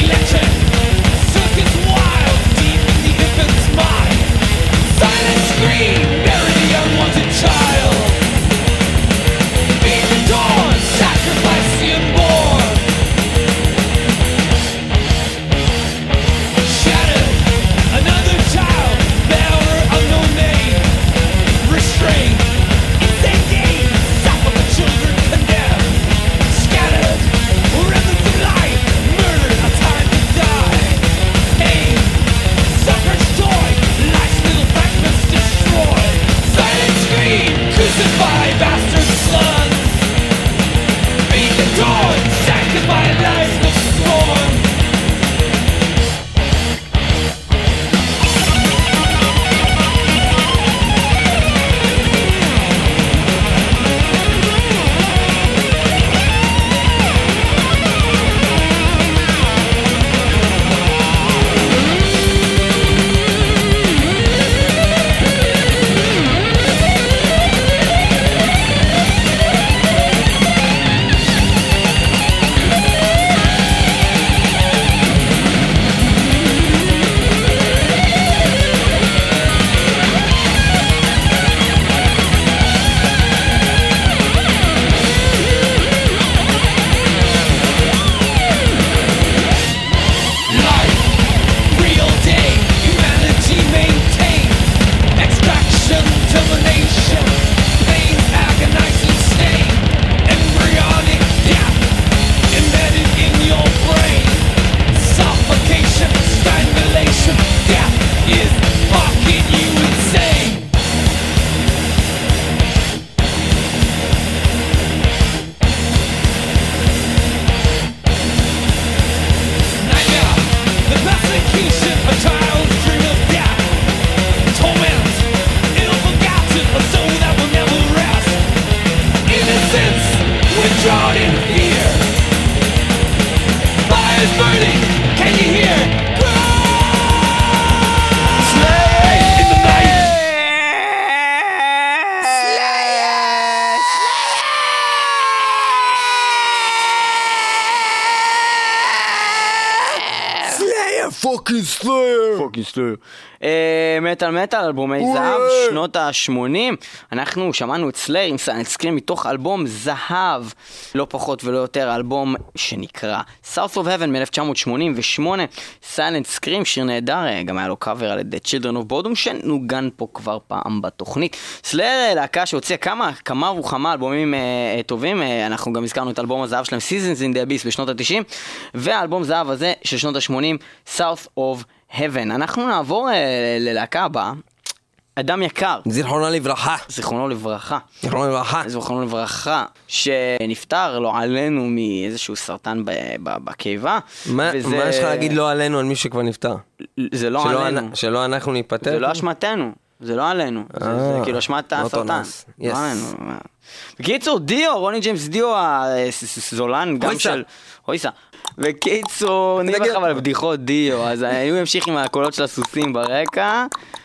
[SPEAKER 3] Silent scream.
[SPEAKER 1] פאקינג סלאר.
[SPEAKER 2] פאקינג סלאר. מטל מטל, אלבומי זהב, שנות ה-שמונים. אנחנו שמענו את סלאר עם סיילנט סקרים מתוך אלבום זהב, לא פחות ולא יותר, אלבום שנקרא South of Heaven מ-אלף תשע מאות שמונים ושמונה. סיילנט סקרים, שיר נהדר, גם היה לו קאבר על ידי Children of Bodom שנוגן פה כבר פעם בתוכנית. סלאר להקה שהוציאה כמה, כמה וכמה אלבומים אה, טובים, אה, אנחנו גם הזכרנו את אלבום הזהב שלהם Seasons in the Abyss בשנות ה-תשעים, והאלבום זהב הזה של שנות ה-שמונים South of Heaven. אנחנו נעבור אה, ללהקה הבאה, אדם יקר.
[SPEAKER 1] זיכרונו לברכה.
[SPEAKER 2] זיכרונו לברכה.
[SPEAKER 1] זיכרונו לברכה.
[SPEAKER 2] זיכרונו לברכה, שנפטר לא עלינו מאיזשהו סרטן בקיבה.
[SPEAKER 1] מה יש לך להגיד לא עלינו על מי שכבר נפטר?
[SPEAKER 2] זה לא עלינו.
[SPEAKER 1] שלא אנחנו ניפטר?
[SPEAKER 2] זה לא אשמתנו. זה לא עלינו. זה כאילו אשמת הסרטן. לא עלינו. בקיצור, דיו, רוני ג'יימס דיו, הזולן גם של... הויסה. בקיצור, נראה לך על בדיחות דיו, אז אני אמשיך עם הקולות של הסוסים ברקע,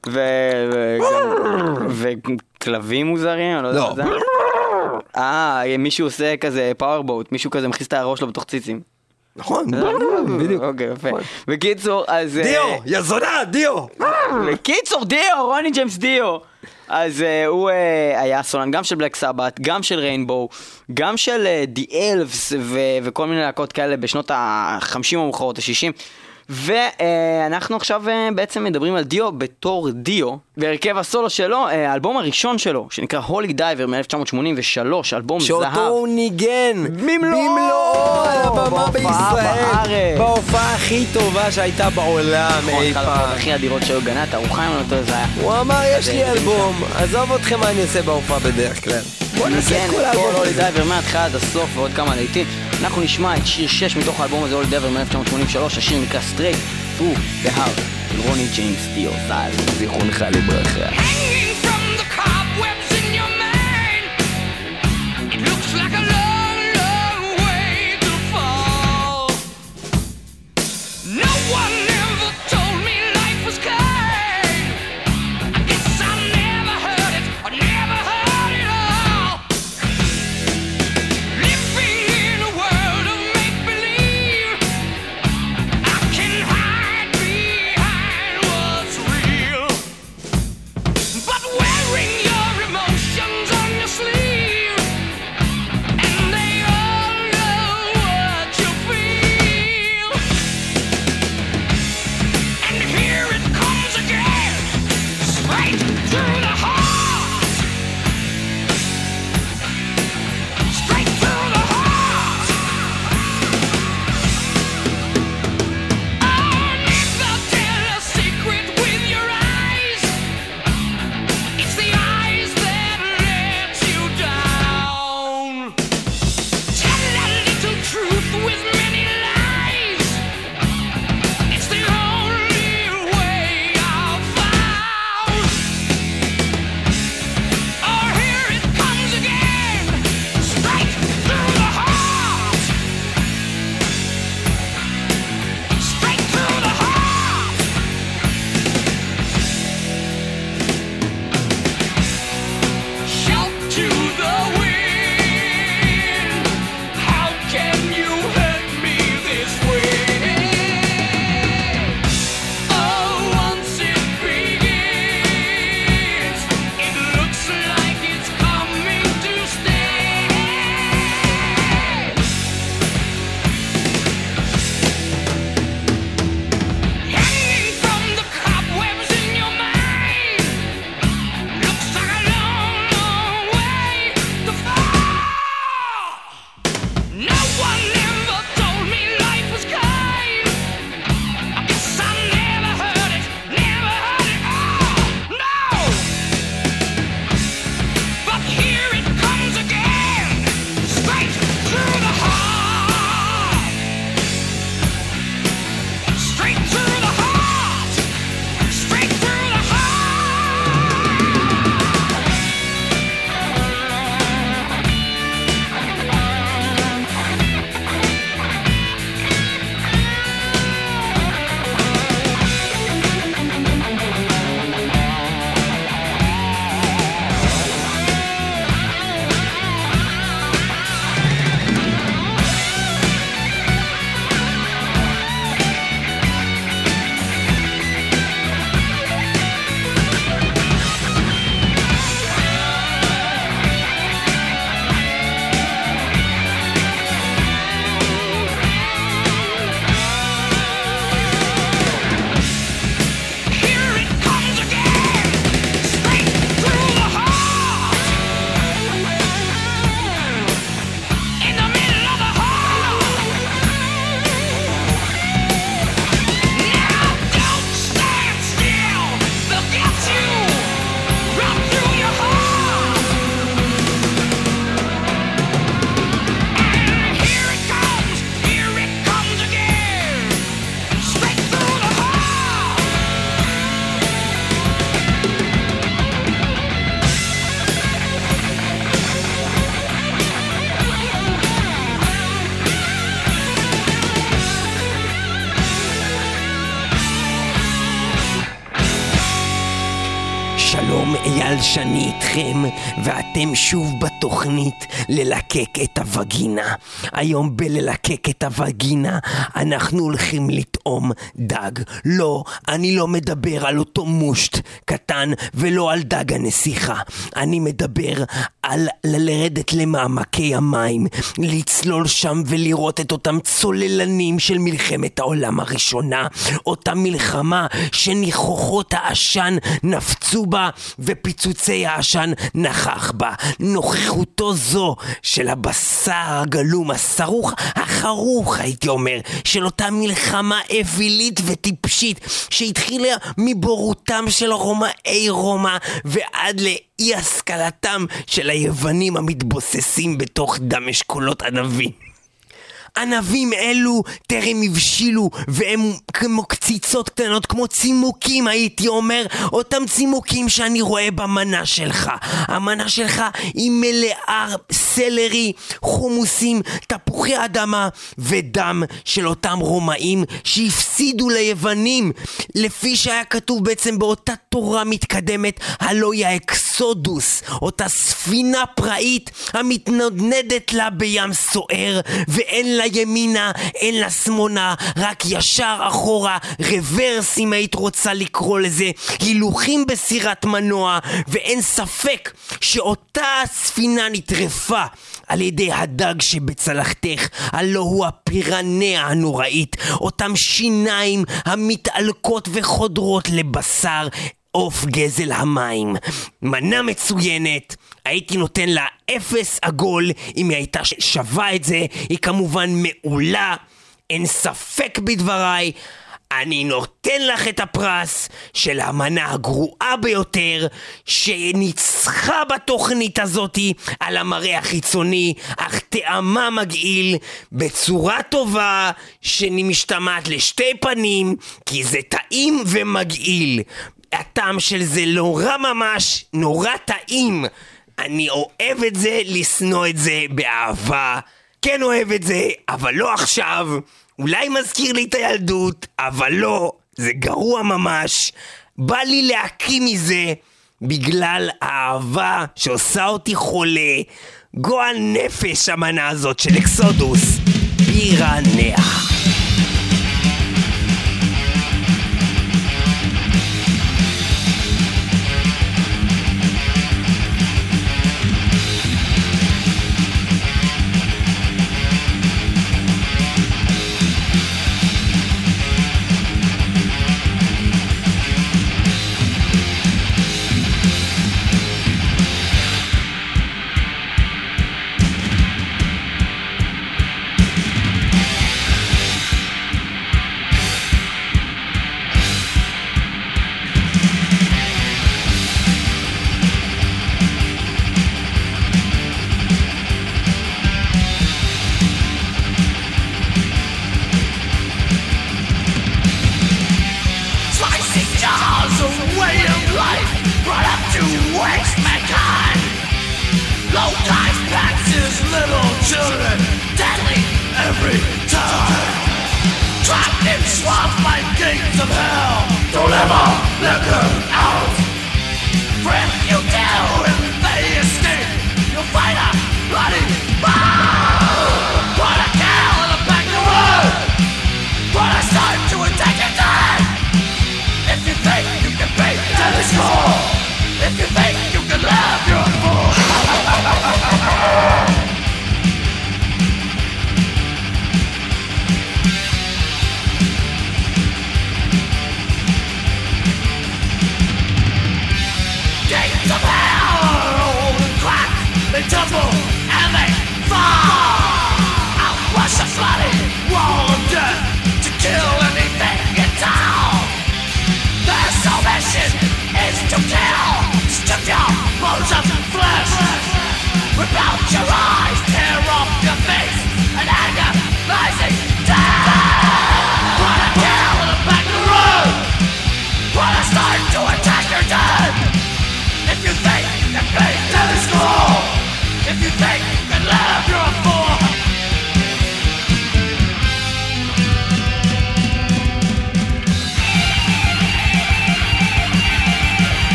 [SPEAKER 2] וכלבים מוזרים, אני לא יודע. אה, מישהו עושה כזה פאורבוט, מישהו כזה מכניס את הראש שלו בתוך ציצים.
[SPEAKER 1] נכון, בדיוק.
[SPEAKER 2] אוקיי, יפה. בקיצור, אז...
[SPEAKER 1] דיו, יא זונה, דיו!
[SPEAKER 2] בקיצור, דיו, רוני ג'יימס דיו! אז הוא היה סולן גם של בלק סבת, גם של ריינבו, גם של די אלפס וכל מיני להקות כאלה בשנות ה-חמישים המאוחרות, ה-שישים. ואנחנו עכשיו בעצם מדברים על דיו בתור דיו, והרכב הסולו שלו, האלבום הראשון שלו, שנקרא הולי דייבר מ-אלף תשע מאות שמונים ושלוש, אלבום זהב.
[SPEAKER 1] שאותו הוא ניגן
[SPEAKER 2] במלואו
[SPEAKER 1] על הבמה בישראל, בהופעה הכי טובה שהייתה בעולם אי פעם.
[SPEAKER 2] אחד הכי אדירות שהיו גנת, ארוחה עם אותו זה היה.
[SPEAKER 1] הוא אמר יש לי אלבום, עזוב אתכם מה אני עושה בהופעה בדרך כלל. בוא נעשה את כל האלבום.
[SPEAKER 2] הולי דייבר מההתחלה עד הסוף ועוד כמה לעיתים. אנחנו נשמע את שיר שש מתוך האלבום הזה, הולי דייבר מ-אלף תשע מאות שמונים ושלוש, השיר נקרא Straight Through the Heart, רוני ג'יימס דיו, זיכרונך לברכה.
[SPEAKER 3] Hanging from the cobwebs in your mind, it looks like a long, long way to fall. No one ever told me life was kind. I guess I never heard it, I never heard it all. Living in a world of make-believe, I can hide behind what's real. But
[SPEAKER 1] שלום, אייל שני איתכם, ואתם שוב בתוכנית ללקק את הווגינה. היום בללקק את הווגינה אנחנו הולכים לטעום דג. לא, אני לא מדבר על אותו מושט קטן ולא על דג הנסיכה. אני מדבר על לרדת למעמקי המים, לצלול שם ולראות את אותם צוללנים של מלחמת העולם הראשונה, אותה מלחמה שניחוחות העשן נפצו בה ופיצוצי העשן נכח בה. נוכחותו זו של הבשר הגלום, הסרוך, החרוך הייתי אומר, של אותה מלחמה אווילית וטיפשית שהתחילה מבורותם של רומאי רומא ועד לאי השכלתם של היוונים המתבוססים בתוך דם אשכולות ענבים. ענבים אלו טרם הבשילו והם כמו קציצות קטנות, כמו צימוקים הייתי אומר, אותם צימוקים שאני רואה במנה שלך. המנה שלך היא מלאה סלרי, חומוסים, תפוחי אדמה ודם של אותם רומאים שהפסידו ליוונים, לפי שהיה כתוב בעצם באותה תורה מתקדמת, הלא היא האקסודוס, אותה ספינה פראית המתנדנדת לה בים סוער, ואין לה ימינה, אין לה שמאלה, רק ישר אחורה, רוורס אם היית רוצה לקרוא לזה, הילוכים בסירת מנוע, ואין ספק שאותה ספינה נטרפה על ידי הדג שבצלחתך, הלא הוא הפירניה הנוראית, אותם שיניים המתעלקות וחודרות לבשר עוף גזל המים. מנה מצוינת, הייתי נותן לה אפס עגול אם היא הייתה שווה את זה, היא כמובן מעולה, אין ספק בדבריי. אני נותן לך את הפרס של המנה הגרועה ביותר שניצחה בתוכנית הזאת על המראה החיצוני, אך טעמה מגעיל בצורה טובה שמשתמעת לשתי פנים, כי זה טעים ומגעיל. הטעם של זה לא רע ממש, נורא טעים. אני אוהב את זה, לסנוע את זה באהבה. כן אוהב את זה, אבל לא עכשיו. אולי מזכיר לי את הילדות, אבל לא, זה גרוע ממש. בא לי להקיא מזה בגלל האהבה שעושה אותי חולה. גועל נפש המנה הזאת של אקסודוס, פירניה.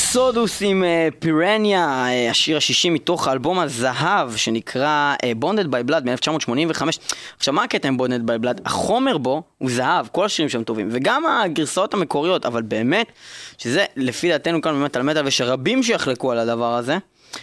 [SPEAKER 2] אקסודוס עם פירניה, השיר השישי מתוך האלבום הזהב שנקרא Bonded by Blood מ-אלף תשע מאות שמונים וחמש. עכשיו מה הקטע עם Bonded by Blood? החומר בו הוא זהב, כל השירים שם טובים, וגם הגרסאות המקוריות, אבל באמת שזה לפי דעתנו כאן במטל מטל, ושרבים שיחלקו על הדבר הזה.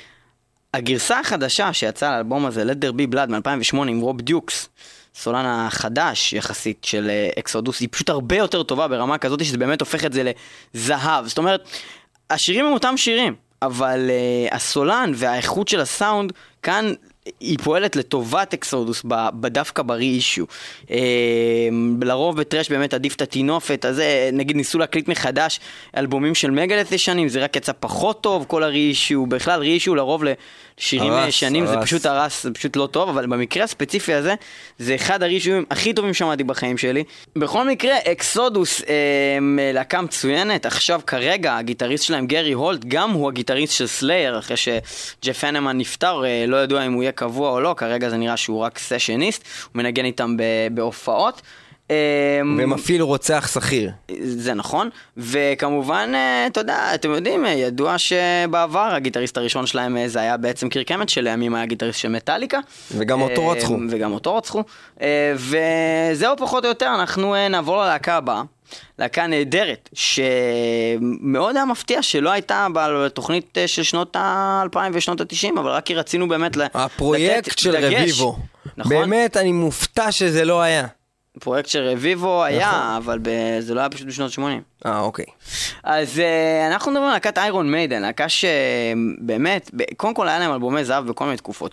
[SPEAKER 2] הגרסה החדשה שיצאה לאלבום הזה, Let There Be Blood מ-אלפיים ושמונה עם רוב דיוקס, סולן החדש יחסית של אקסודוס, היא פשוט הרבה יותר טובה ברמה כזאת שזה באמת הופך את זה לזהב. זאת אומרת, השירים הם אותם שירים, אבל uh, הסולן והאיכות של הסאונד כאן היא פועלת לטובת אקסודוס בדווקא ברי אישיו. Uh, לרוב בטרש באמת עדיף את התינופת, אז נגיד ניסו להקליט מחדש אלבומים של מגלת ישנים, זה רק יצא פחות טוב, כל הרי אישיו, בכלל רי אישיו לרוב לשירים ישנים זה פשוט הרס, זה פשוט לא טוב, אבל במקרה הספציפי הזה זה אחד הרי אישיוים הכי טובים שמעתי בחיים שלי. בכל מקרה אקסודוס אה, להקה מצוינת, עכשיו כרגע הגיטריסט שלהם גרי הולט, גם הוא הגיטריסט של סלייר, אחרי שג'ף הנמן נפטר, אה, לא ידוע אם הוא יהיה קבוע או לא, כרגע זה נראה שהוא רק סשניסט, הוא מנגן איתם בהופעות.
[SPEAKER 1] ומפעיל רוצח שכיר.
[SPEAKER 2] זה נכון, וכמובן, אתה יודע, אתם יודעים, ידוע שבעבר הגיטריסט הראשון שלהם זה היה בעצם קירק אמט, שלימים היה גיטריסט של מטאליקה.
[SPEAKER 1] וגם אותו רצחו.
[SPEAKER 2] וגם אותו רצחו. וזהו פחות או יותר, אנחנו נעבור ללהקה הבאה. להקה נהדרת, שמאוד היה מפתיע שלא הייתה בתוכנית של שנות ה-אלפיים ושנות ה-תשעים, אבל רק כי רצינו באמת
[SPEAKER 1] הפרויקט של רביבו. באמת, אני מופתע שזה לא היה.
[SPEAKER 2] פרויקט של רביבו היה, אבל זה לא היה פשוט בשנות ה-שמונים.
[SPEAKER 1] אה, אוקיי.
[SPEAKER 2] אז אנחנו מדברים על להקת איירון מיידן, להקה שבאמת, קודם כל היה להם אלבומי זהב בכל מיני תקופות.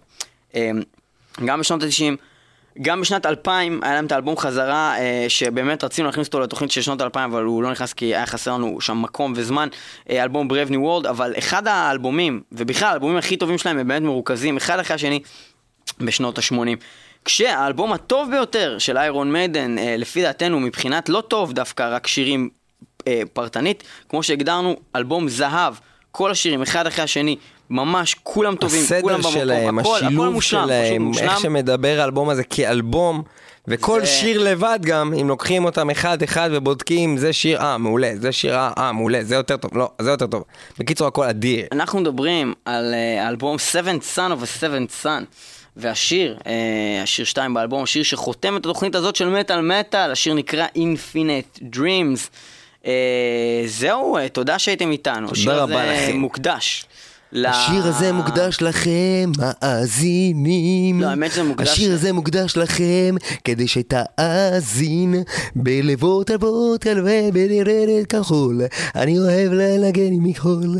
[SPEAKER 2] גם בשנות ה-תשעים, גם בשנת אלפיים היה להם את האלבום חזרה, שבאמת רצינו להכניס אותו לתוכנית של שנות אלפיים, אבל הוא לא נכנס כי היה חסר לנו שם מקום וזמן, אלבום Brave New World, אבל אחד האלבומים, ובכלל האלבומים הכי טובים שלהם הם באמת מרוכזים, אחד אחרי השני בשנות ה-שמונים. כשהאלבום הטוב ביותר של איירון מיידן, לפי דעתנו מבחינת לא טוב דווקא, רק שירים פרטנית, כמו שהגדרנו, אלבום זהב, כל השירים אחד אחרי השני, ממש כולם טובים, כולם במקום,
[SPEAKER 1] שלהם,
[SPEAKER 2] הכל,
[SPEAKER 1] השילוב
[SPEAKER 2] הכל מושלם,
[SPEAKER 1] שלהם, איך שמדבר האלבום הזה כאלבום, וכל זה... שיר לבד גם, אם לוקחים אותם אחד אחד ובודקים, זה שיר, אה, מעולה, זה שיר, אה, מעולה, זה יותר טוב, לא, זה יותר טוב. בקיצור, הכל אדיר. אנחנו
[SPEAKER 2] מדברים על האלבום Seventh Son of a Seventh Son, והשיר, השיר שתיים באלבום, השיר שחותם את התוכנית הזאת של מטל מטל, השיר נקרא Infinite Dreams. זהו, תודה שהייתם איתנו.
[SPEAKER 1] תודה רבה לכם.
[SPEAKER 2] מוקדש.
[SPEAKER 1] השיר הזה מוקדש לכם, מאזינים.
[SPEAKER 2] לא, האמת זה מוקדש.
[SPEAKER 1] השיר הזה מוקדש לכם, כדי שתאזין בלבות רבות כלבי בנרדת כחול. אני אוהב לנגן עם מכחול.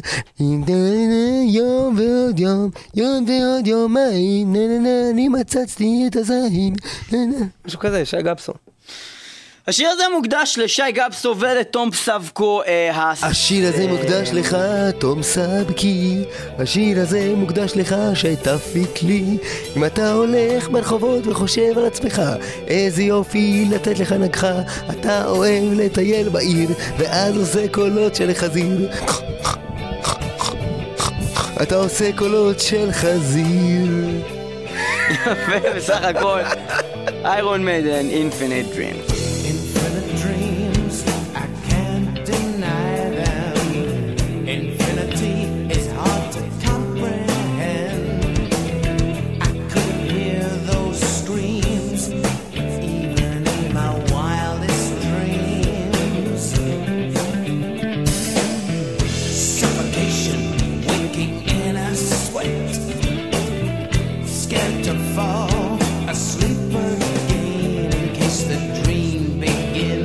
[SPEAKER 1] יום ועוד יום, יום ועוד יומיים, אני מצצתי את הזין. משהו כזה, שי גפסון.
[SPEAKER 2] השיר הזה מוקדש לשי גפסו ולתום סבקו.
[SPEAKER 1] השיר הזה מוקדש לך, תום סבקי. השיר הזה מוקדש לך, שתפיק לי. אם אתה הולך ברחובות וחושב על עצמך, איזה יופי לתת לך נגחה. אתה אוהב לטייל בעיר, ואז עושה קולות של חזיר. אתה עושה קולות של חזיר.
[SPEAKER 2] יפה, בסך הכל. איירון מיידן, Infinite Dreams.
[SPEAKER 3] Fall asleep again in case the dream begins.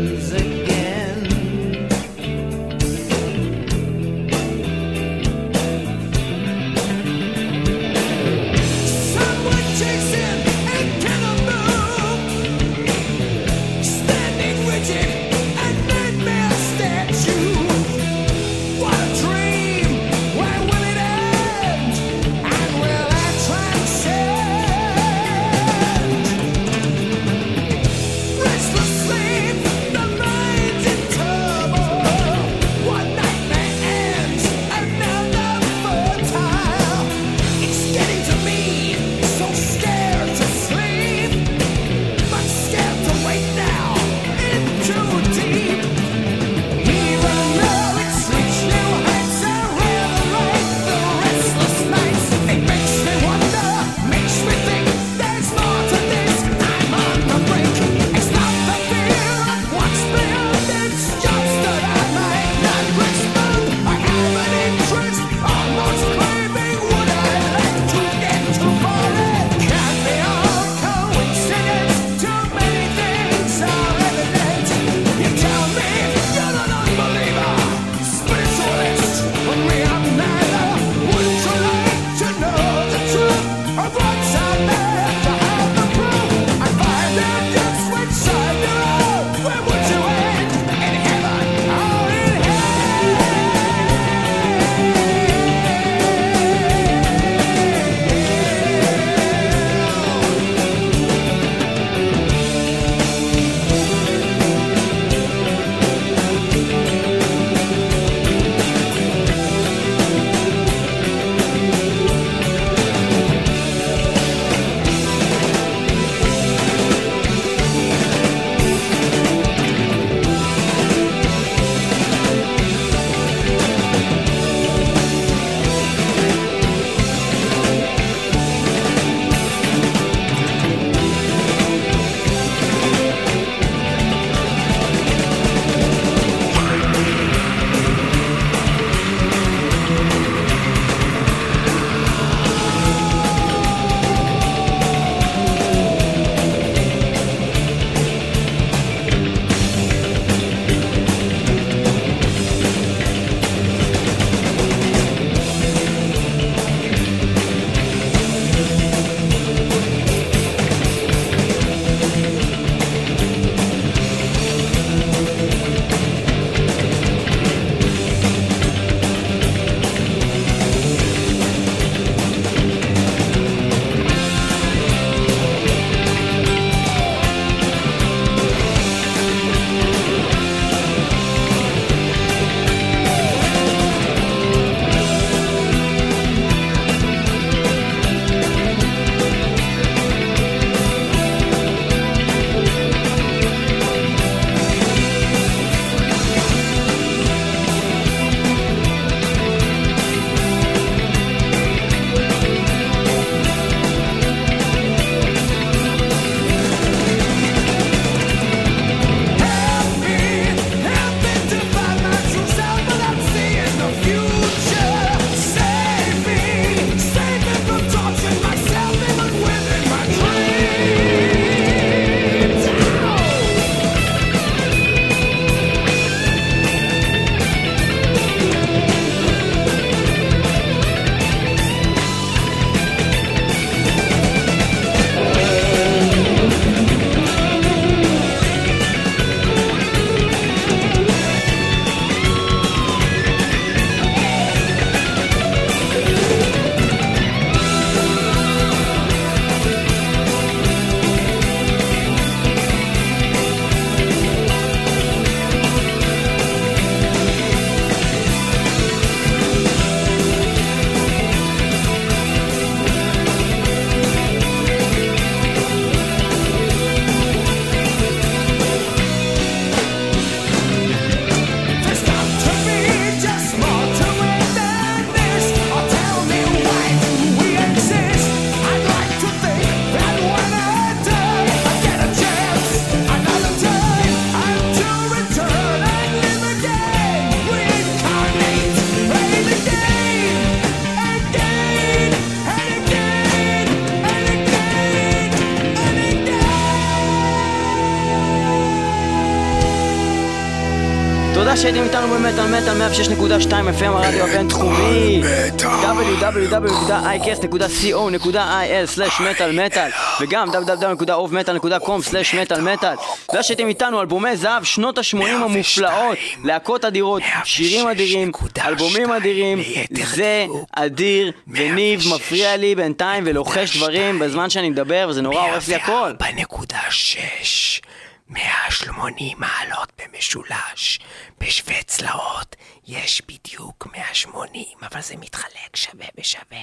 [SPEAKER 2] תודה שהייתם איתנו במטל מטל מאה ושש נקודה שתיים אף אם הרדיו הבינתחומי דאבליו דאבליו דאבליו נקודה איי קי אס נקודה סי או נקודה איי אל סלש מטל מטל וגם דאבליו דאבליו דאבליו נקודה אוף מטל נקודה קום סלש מטל מטל. תודה שהייתם איתנו, אלבומי זהב שנות ה-שמונים המופלאות, להקות אדירות, שירים אדירים, אלבומים אדירים. זה אדיר, וניב מפריע לי בינתיים ולוחש דברים בזמן שאני מדבר וזה נורא עורף לי הכל.
[SPEAKER 1] ארבע נקודה שש מאה ושמונים מעלות במשולש. בשווה צלעות יש בדיוק מאה ושמונים, אבל זה מתחלק שווה בשווה.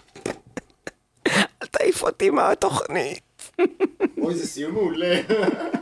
[SPEAKER 1] אל תעיף אותי מהתוכנית.
[SPEAKER 4] אוי, זה סיום מעולה.